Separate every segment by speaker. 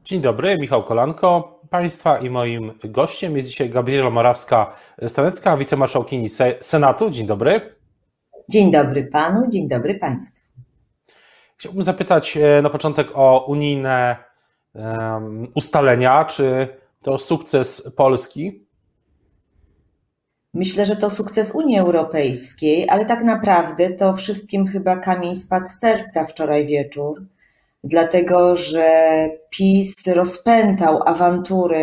Speaker 1: Dzień dobry, Michał Kolanko. Państwa i moim gościem jest dzisiaj Gabriela Morawska-Stanecka, wicemarszałkini Senatu. Dzień dobry.
Speaker 2: Dzień dobry panu, dzień dobry państwu.
Speaker 1: Chciałbym zapytać na początek o unijne ustalenia. Czy to sukces Polski?
Speaker 2: Myślę, że to sukces Unii Europejskiej, ale tak naprawdę to wszystkim chyba kamień spadł z serca wczoraj wieczór, dlatego że PiS rozpętał awanturę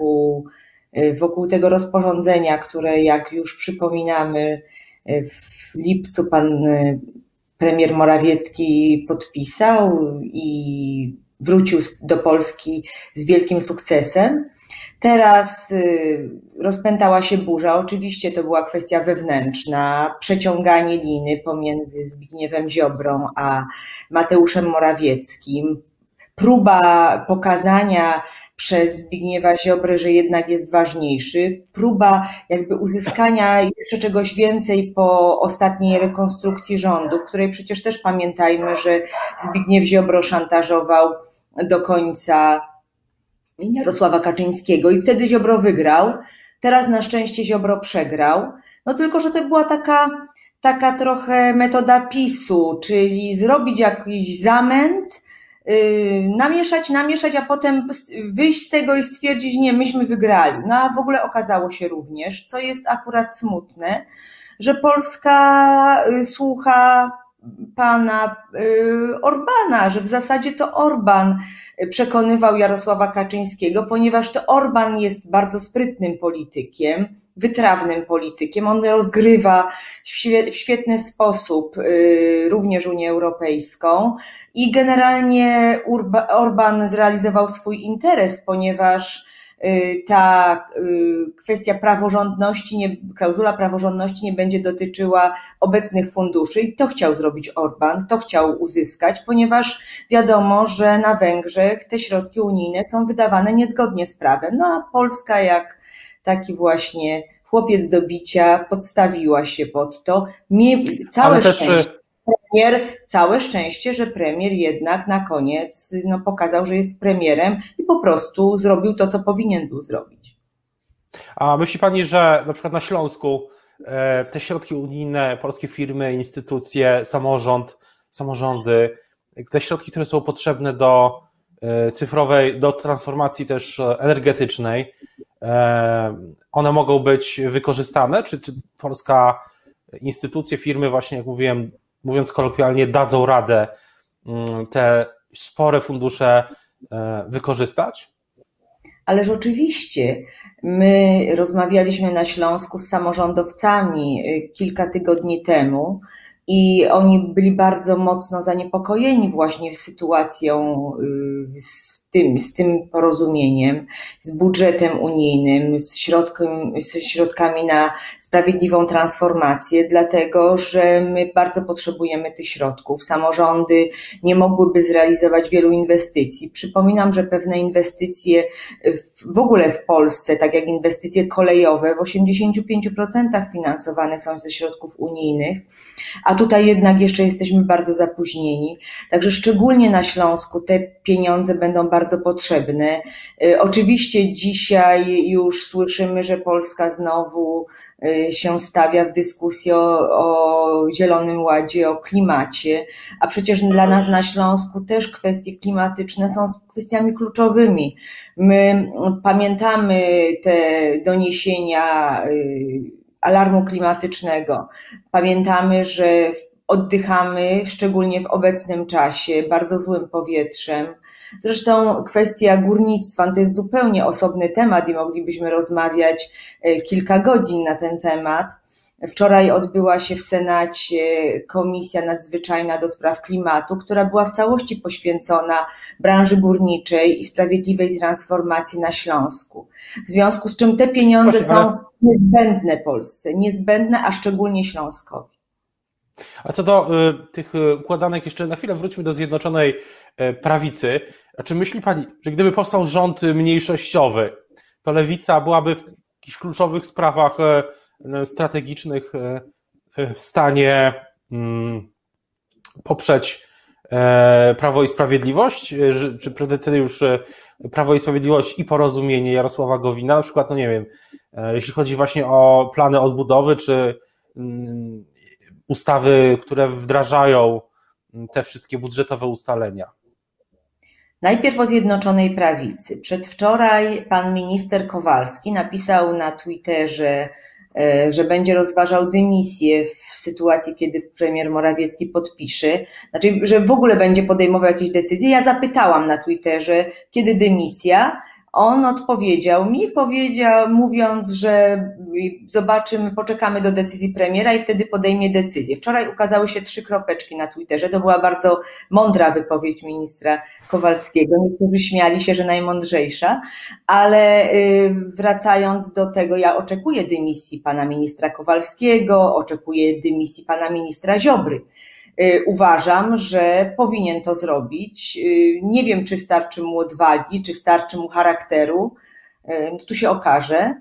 Speaker 2: wokół tego rozporządzenia, które, jak już przypominamy, w lipcu pan premier Morawiecki podpisał i wrócił do Polski z wielkim sukcesem. Teraz rozpętała się burza. Oczywiście to była kwestia wewnętrzna, przeciąganie liny pomiędzy Zbigniewem Ziobrą a Mateuszem Morawieckim. Próba pokazania przez Zbigniewa Ziobrę, że jednak jest ważniejszy. Próba jakby uzyskania jeszcze czegoś więcej po ostatniej rekonstrukcji rządu, w której przecież też pamiętajmy, że Zbigniew Ziobro szantażował do końca Jarosława Kaczyńskiego i wtedy Ziobro wygrał. Teraz na szczęście Ziobro przegrał. No tylko, że to była taka trochę metoda PiS-u, czyli zrobić jakiś zamęt, namieszać, a potem wyjść z tego i stwierdzić, nie, myśmy wygrali. No a w ogóle okazało się również, co jest akurat smutne, że Polska słucha pana Orbana, że w zasadzie to Orban przekonywał Jarosława Kaczyńskiego, ponieważ to Orban jest bardzo sprytnym politykiem, wytrawnym politykiem. On rozgrywa w świetny sposób również Unię Europejską i generalnie Orban zrealizował swój interes, ponieważ ta kwestia praworządności, klauzula praworządności nie będzie dotyczyła obecnych funduszy i to chciał zrobić Orban, to chciał uzyskać, ponieważ wiadomo, że na Węgrzech te środki unijne są wydawane niezgodnie z prawem. No a Polska jak taki właśnie chłopiec do bicia podstawiła się pod to. Całe szczęście, że premier jednak na koniec pokazał, że jest premierem i po prostu zrobił to, co powinien był zrobić.
Speaker 1: A myśli pani, że na przykład na Śląsku te środki unijne, polskie firmy, instytucje, samorządy, te środki, które są potrzebne do cyfrowej, do transformacji też energetycznej, one mogą być wykorzystane? Czy polska instytucje, firmy, właśnie jak mówiłem, mówiąc kolokwialnie, dadzą radę te spore fundusze wykorzystać?
Speaker 2: Ależ oczywiście. My rozmawialiśmy na Śląsku z samorządowcami kilka tygodni temu i oni byli bardzo mocno zaniepokojeni właśnie sytuacją z tym porozumieniem, z budżetem unijnym, z środkami na sprawiedliwą transformację, dlatego że my bardzo potrzebujemy tych środków. Samorządy nie mogłyby zrealizować wielu inwestycji. Przypominam, że pewne inwestycje w ogóle w Polsce, tak jak inwestycje kolejowe, w 85% finansowane są ze środków unijnych, a tutaj jednak jeszcze jesteśmy bardzo zapóźnieni. Także szczególnie na Śląsku te pieniądze będą bardzo potrzebne. Oczywiście dzisiaj już słyszymy, że Polska znowu się stawia w dyskusji o Zielonym Ładzie, o klimacie, a przecież dla nas na Śląsku też kwestie klimatyczne są kwestiami kluczowymi. My pamiętamy te doniesienia alarmu klimatycznego. Pamiętamy, że oddychamy, szczególnie w obecnym czasie, bardzo złym powietrzem. Zresztą kwestia górnictwa to jest zupełnie osobny temat i moglibyśmy rozmawiać kilka godzin na ten temat. Wczoraj odbyła się w Senacie Komisja Nadzwyczajna do spraw klimatu, która była w całości poświęcona branży górniczej i sprawiedliwej transformacji na Śląsku. W związku z czym te pieniądze są niezbędne Polsce, niezbędne, a szczególnie Śląskowi.
Speaker 1: A co do tych układanek, jeszcze na chwilę wróćmy do Zjednoczonej Prawicy. A czy myśli pani, że gdyby powstał rząd mniejszościowy, to Lewica byłaby w jakichś kluczowych sprawach strategicznych w stanie poprzeć Prawo i Sprawiedliwość, czy wtedy już Prawo i Sprawiedliwość i Porozumienie Jarosława Gowina, na przykład, no nie wiem, jeśli chodzi właśnie o plany odbudowy, czy ustawy, które wdrażają te wszystkie budżetowe ustalenia?
Speaker 2: Najpierw o Zjednoczonej Prawicy. Przedwczoraj pan minister Kowalski napisał na Twitterze, że będzie rozważał dymisję w sytuacji, kiedy premier Morawiecki podpisze, znaczy, że w ogóle będzie podejmował jakieś decyzje. Ja zapytałam na Twitterze, kiedy dymisja. On odpowiedział mi, mówiąc, że zobaczymy, poczekamy do decyzji premiera i wtedy podejmie decyzję. Wczoraj ukazały się 3 kropeczki na Twitterze. To była bardzo mądra wypowiedź ministra Kowalskiego. Niektórzy śmiali się, że najmądrzejsza, ale wracając do tego, ja oczekuję dymisji pana ministra Kowalskiego, oczekuję dymisji pana ministra Ziobry. Uważam, że powinien to zrobić. Nie wiem, czy starczy mu odwagi, czy starczy mu charakteru. Tu się okaże,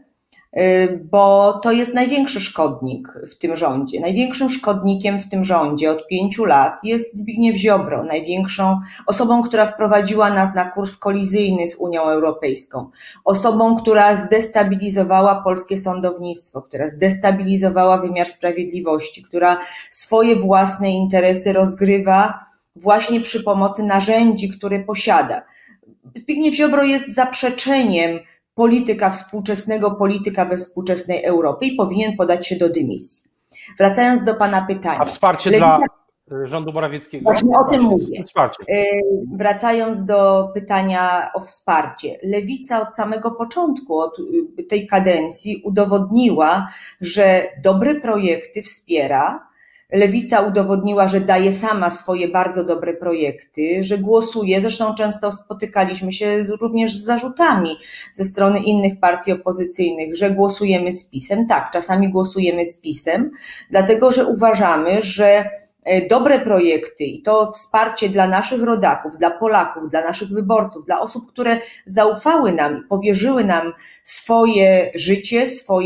Speaker 2: bo to jest największy szkodnik w tym rządzie. Największym szkodnikiem w tym rządzie od 5 lat jest Zbigniew Ziobro, największą osobą, która wprowadziła nas na kurs kolizyjny z Unią Europejską, osobą, która zdestabilizowała polskie sądownictwo, która zdestabilizowała wymiar sprawiedliwości, która swoje własne interesy rozgrywa właśnie przy pomocy narzędzi, które posiada. Zbigniew Ziobro jest zaprzeczeniem współczesnego polityka we współczesnej Europie i powinien podać się do dymisji. Wracając do pana pytania.
Speaker 1: A wsparcie dla rządu Morawieckiego?
Speaker 2: Właśnie o tym mówię. Wracając do pytania o wsparcie. Lewica od samego początku, od tej kadencji udowodniła, że dobre projekty wspiera. Lewica udowodniła, że daje sama swoje bardzo dobre projekty, że głosuje, zresztą często spotykaliśmy się również z zarzutami ze strony innych partii opozycyjnych, że głosujemy z PiS-em. Tak, czasami głosujemy z PiS-em, dlatego że uważamy, że dobre projekty i to wsparcie dla naszych rodaków, dla Polaków, dla naszych wyborców, dla osób, które zaufały nam i powierzyły nam swoje życie,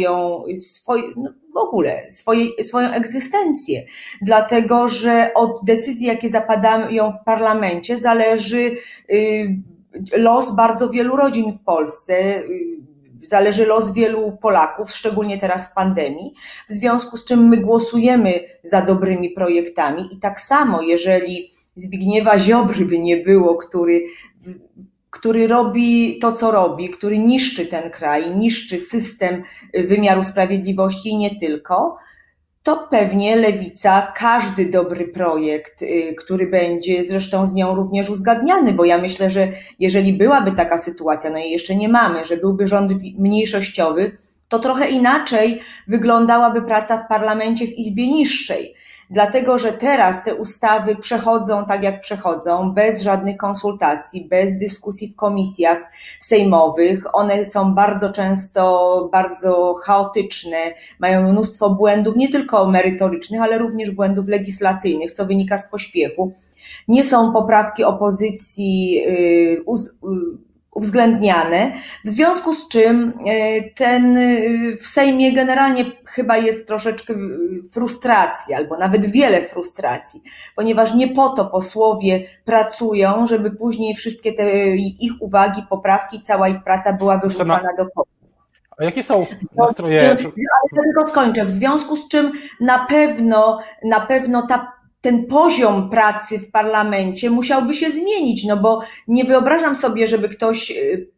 Speaker 2: swoją egzystencję. Dlatego, że od decyzji, jakie zapadają w parlamencie, zależy los bardzo wielu rodzin w Polsce, zależy los wielu Polaków, szczególnie teraz w pandemii, w związku z czym my głosujemy za dobrymi projektami i tak samo, jeżeli Zbigniewa Ziobry by nie było, który robi to, co robi, który niszczy ten kraj, niszczy system wymiaru sprawiedliwości i nie tylko, to pewnie Lewica każdy dobry projekt, który będzie zresztą z nią również uzgadniany, bo ja myślę, że jeżeli byłaby taka sytuacja, no i jeszcze nie mamy, że byłby rząd mniejszościowy, to trochę inaczej wyglądałaby praca w parlamencie w Izbie niższej. Dlatego, że teraz te ustawy przechodzą tak, jak przechodzą, bez żadnych konsultacji, bez dyskusji w komisjach sejmowych. One są bardzo często bardzo chaotyczne, mają mnóstwo błędów, nie tylko merytorycznych, ale również błędów legislacyjnych, co wynika z pośpiechu. Nie są poprawki opozycji uwzględniane, w związku z czym w Sejmie generalnie chyba jest troszeczkę frustracji, albo nawet wiele frustracji, ponieważ nie po to posłowie pracują, żeby później wszystkie te ich uwagi, poprawki, cała ich praca była wyrzucana do kosza.
Speaker 1: A jakie są nastroje?
Speaker 2: Ale tylko skończę. W związku z czym na pewno ten poziom pracy w parlamencie musiałby się zmienić, no bo nie wyobrażam sobie, żeby ktoś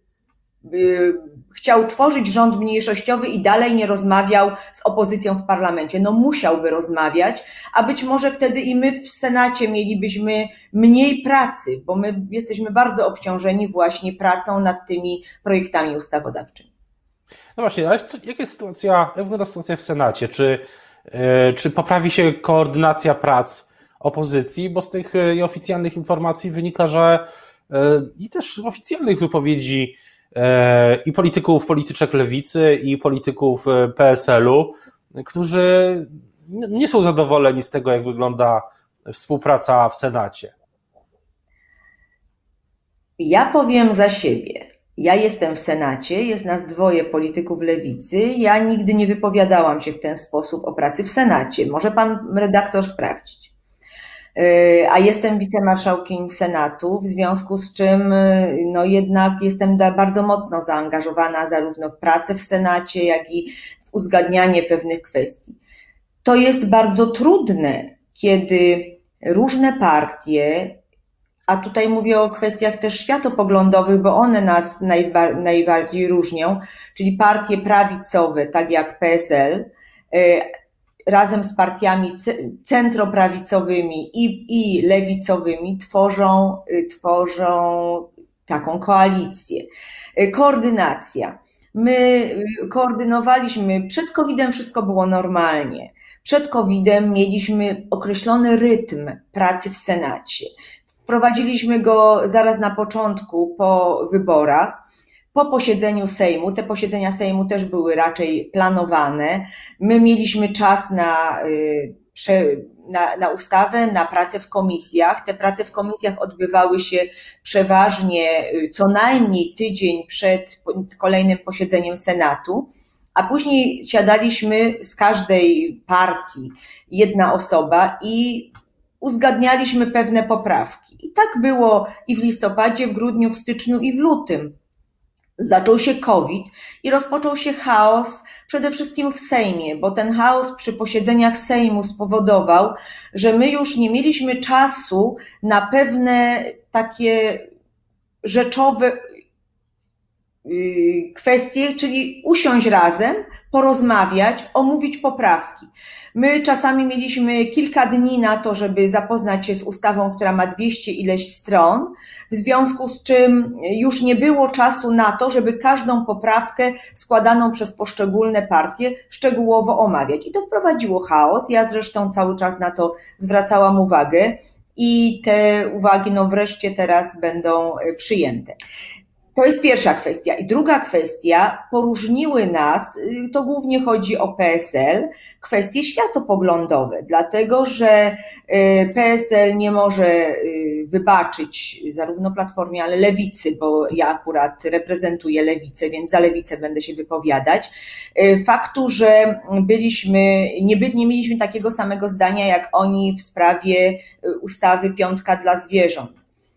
Speaker 2: chciał tworzyć rząd mniejszościowy i dalej nie rozmawiał z opozycją w parlamencie. No musiałby rozmawiać, a być może wtedy i my w Senacie mielibyśmy mniej pracy, bo my jesteśmy bardzo obciążeni właśnie pracą nad tymi projektami ustawodawczymi.
Speaker 1: No właśnie, ale jak wygląda sytuacja w Senacie? Czy poprawi się koordynacja prac opozycji? Bo z tych oficjalnych informacji wynika, że i też oficjalnych wypowiedzi i polityczek lewicy, i polityków PSL-u, którzy nie są zadowoleni z tego, jak wygląda współpraca w Senacie.
Speaker 2: Ja powiem za siebie. Ja jestem w Senacie, jest nas 2 polityków lewicy. Ja nigdy nie wypowiadałam się w ten sposób o pracy w Senacie. Może pan redaktor sprawdzić. a jestem wicemarszałkini Senatu, w związku z czym no jednak jestem bardzo mocno zaangażowana zarówno w pracę w Senacie, jak i w uzgadnianie pewnych kwestii. To jest bardzo trudne, kiedy różne partie, a tutaj mówię o kwestiach też światopoglądowych, bo one nas najbardziej różnią, czyli partie prawicowe, tak jak PSL, razem z partiami centroprawicowymi i lewicowymi tworzą taką koalicję. Koordynacja. My koordynowaliśmy, przed COVID-em wszystko było normalnie. Przed COVID-em mieliśmy określony rytm pracy w Senacie. Wprowadziliśmy go zaraz na początku po wyborach, po posiedzeniu Sejmu. Te posiedzenia Sejmu też były raczej planowane. My mieliśmy czas na ustawę, na pracę w komisjach. Te prace w komisjach odbywały się przeważnie co najmniej tydzień przed kolejnym posiedzeniem Senatu, a później siadaliśmy z każdej partii jedna osoba i uzgadnialiśmy pewne poprawki. I tak było i w listopadzie, w grudniu, w styczniu i w lutym. Zaczął się COVID i rozpoczął się chaos przede wszystkim w Sejmie, bo ten chaos przy posiedzeniach Sejmu spowodował, że my już nie mieliśmy czasu na pewne takie rzeczowe kwestie, czyli usiąść razem, porozmawiać, omówić poprawki. My czasami mieliśmy kilka dni na to, żeby zapoznać się z ustawą, która ma 200 ileś stron, w związku z czym już nie było czasu na to, żeby każdą poprawkę składaną przez poszczególne partie szczegółowo omawiać. I to wprowadziło chaos. Ja zresztą cały czas na to zwracałam uwagę i te uwagi wreszcie teraz będą przyjęte. To jest pierwsza kwestia. I druga kwestia, poróżniły nas, to głównie chodzi o PSL, kwestie światopoglądowe, dlatego że PSL nie może wybaczyć zarówno Platformie, ale Lewicy, bo ja akurat reprezentuję Lewicę, więc za Lewicę będę się wypowiadać, faktu, że nie mieliśmy takiego samego zdania jak oni w sprawie ustawy Piątka dla zwierząt.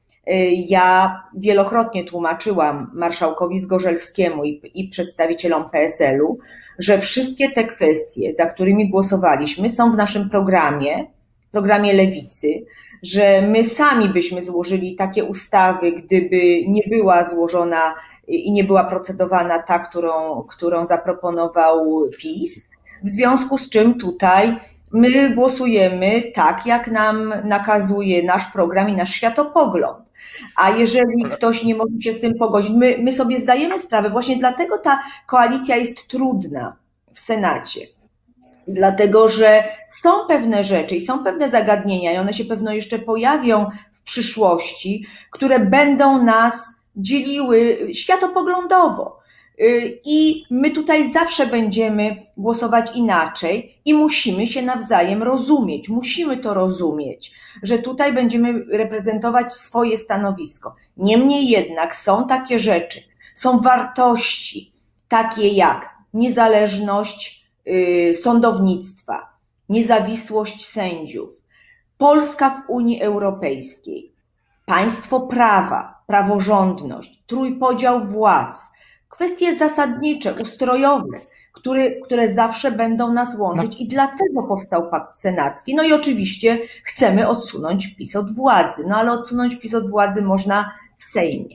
Speaker 2: Ja wielokrotnie tłumaczyłam marszałkowi Zgorzelskiemu i przedstawicielom PSL-u, że wszystkie te kwestie, za którymi głosowaliśmy, są w naszym programie Lewicy, że my sami byśmy złożyli takie ustawy, gdyby nie była złożona i nie była procedowana ta, którą zaproponował PiS, w związku z czym tutaj my głosujemy tak, jak nam nakazuje nasz program i nasz światopogląd. A jeżeli ktoś nie może się z tym pogodzić, my sobie zdajemy sprawę, właśnie dlatego ta koalicja jest trudna w Senacie. Dlatego, że są pewne rzeczy i są pewne zagadnienia i one się pewno jeszcze pojawią w przyszłości, które będą nas dzieliły światopoglądowo. I my tutaj zawsze będziemy głosować inaczej i musimy się nawzajem rozumieć. Musimy to rozumieć, że tutaj będziemy reprezentować swoje stanowisko. Niemniej jednak są takie rzeczy, są wartości takie jak niezależność sądownictwa, niezawisłość sędziów, Polska w Unii Europejskiej, państwo prawa, praworządność, trójpodział władz, kwestie zasadnicze, ustrojowe, które zawsze będą nas łączyć i dlatego powstał Pakt Senacki. No i oczywiście chcemy odsunąć PiS od władzy, ale odsunąć PiS od władzy można w Sejmie.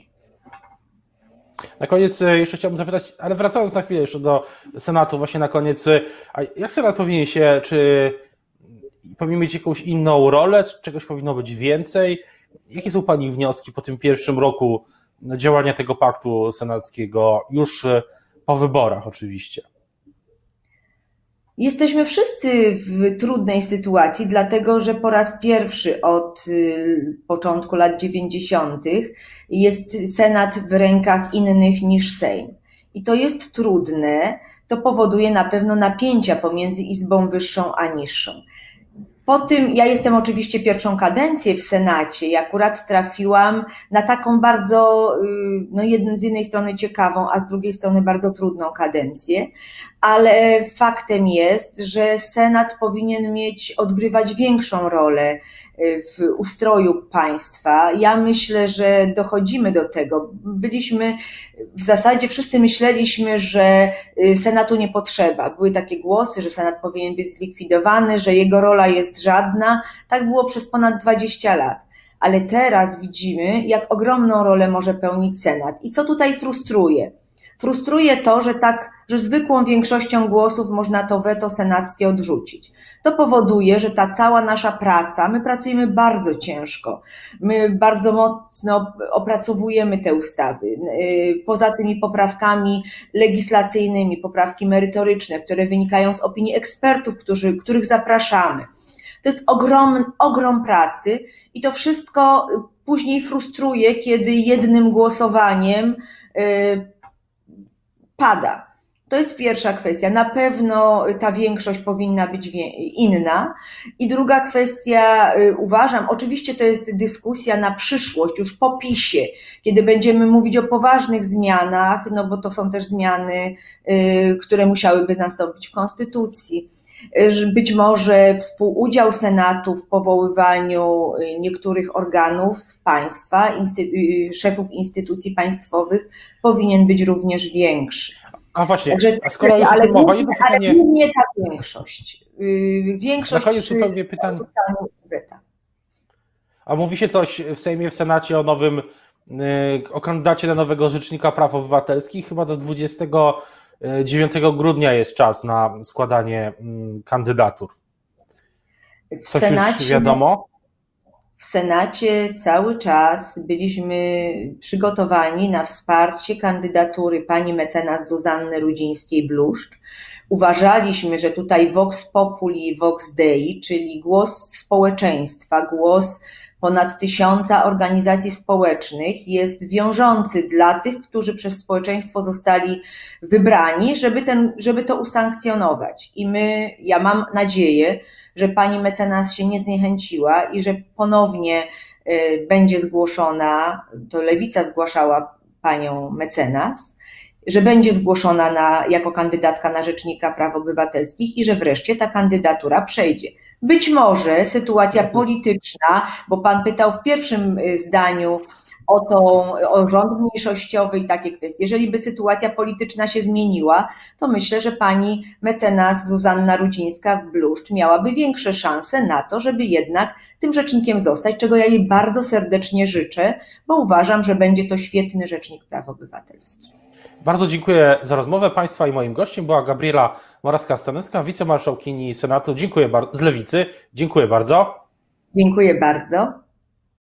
Speaker 1: Na koniec jeszcze chciałbym zapytać, ale wracając na chwilę jeszcze do Senatu, właśnie na koniec, a jak Senat powinien czy powinien mieć jakąś inną rolę, czy czegoś powinno być więcej? Jakie są Pani wnioski po tym pierwszym roku działania tego paktu senackiego, już po wyborach oczywiście?
Speaker 2: Jesteśmy wszyscy w trudnej sytuacji, dlatego że po raz pierwszy od początku lat 90. jest Senat w rękach innych niż Sejm. I to jest trudne, to powoduje na pewno napięcia pomiędzy Izbą Wyższą a Niższą. Po tym, ja jestem oczywiście pierwszą kadencję w Senacie i akurat trafiłam na taką bardzo, z jednej strony ciekawą, a z drugiej strony bardzo trudną kadencję, ale faktem jest, że Senat powinien odgrywać większą rolę w ustroju państwa. Ja myślę, że dochodzimy do tego. W zasadzie wszyscy myśleliśmy, że Senatu nie potrzeba. Były takie głosy, że Senat powinien być zlikwidowany, że jego rola jest żadna. Tak było przez ponad 20 lat. Ale teraz widzimy, jak ogromną rolę może pełnić Senat. I co tutaj frustruje? Frustruje to, że zwykłą większością głosów można to weto senackie odrzucić. To powoduje, że ta cała nasza praca, my pracujemy bardzo ciężko, my bardzo mocno opracowujemy te ustawy. Poza tymi poprawkami legislacyjnymi, poprawki merytoryczne, które wynikają z opinii ekspertów, których zapraszamy. To jest ogrom pracy i to wszystko później frustruje, kiedy jednym głosowaniem pada. To jest pierwsza kwestia. Na pewno ta większość powinna być inna. I druga kwestia, uważam, oczywiście to jest dyskusja na przyszłość, już po PiS-ie, kiedy będziemy mówić o poważnych zmianach, no bo to są też zmiany, które musiałyby nastąpić w Konstytucji. Być może współudział Senatu w powoływaniu niektórych organów państwa, szefów instytucji państwowych powinien być również większy.
Speaker 1: A właśnie, także, a skoro już o tym mowa, jedno pytanie...
Speaker 2: Ale nie ta większość. Większość
Speaker 1: na koniec zupełnie pytanie. A mówi się coś w Sejmie, w Senacie o kandydacie na nowego rzecznika praw obywatelskich? Chyba do 29 grudnia jest czas na składanie kandydatur. Coś już wiadomo?
Speaker 2: W Senacie cały czas byliśmy przygotowani na wsparcie kandydatury pani mecenas Zuzanny Rudzińskiej-Bluszcz. Uważaliśmy, że tutaj vox populi, vox dei, czyli głos społeczeństwa, głos ponad 1000 organizacji społecznych jest wiążący dla tych, którzy przez społeczeństwo zostali wybrani, żeby to usankcjonować. Ja mam nadzieję, że pani mecenas się nie zniechęciła i że ponownie będzie zgłoszona, to Lewica zgłaszała panią mecenas, że będzie zgłoszona jako kandydatka na rzecznika praw obywatelskich i że wreszcie ta kandydatura przejdzie. Być może sytuacja polityczna, bo pan pytał w pierwszym zdaniu o rząd mniejszościowy i takie kwestie. Jeżeli by sytuacja polityczna się zmieniła, to myślę, że pani mecenas Zuzanna Rudzińska-Bluszcz miałaby większe szanse na to, żeby jednak tym rzecznikiem zostać, czego ja jej bardzo serdecznie życzę, bo uważam, że będzie to świetny rzecznik praw obywatelskich.
Speaker 1: Bardzo dziękuję za rozmowę Państwa i moim gościem była Gabriela Morawska-Stanecka, wicemarszałkini Senatu. Dziękuję bardzo, z Lewicy. Dziękuję bardzo.
Speaker 2: Dziękuję bardzo.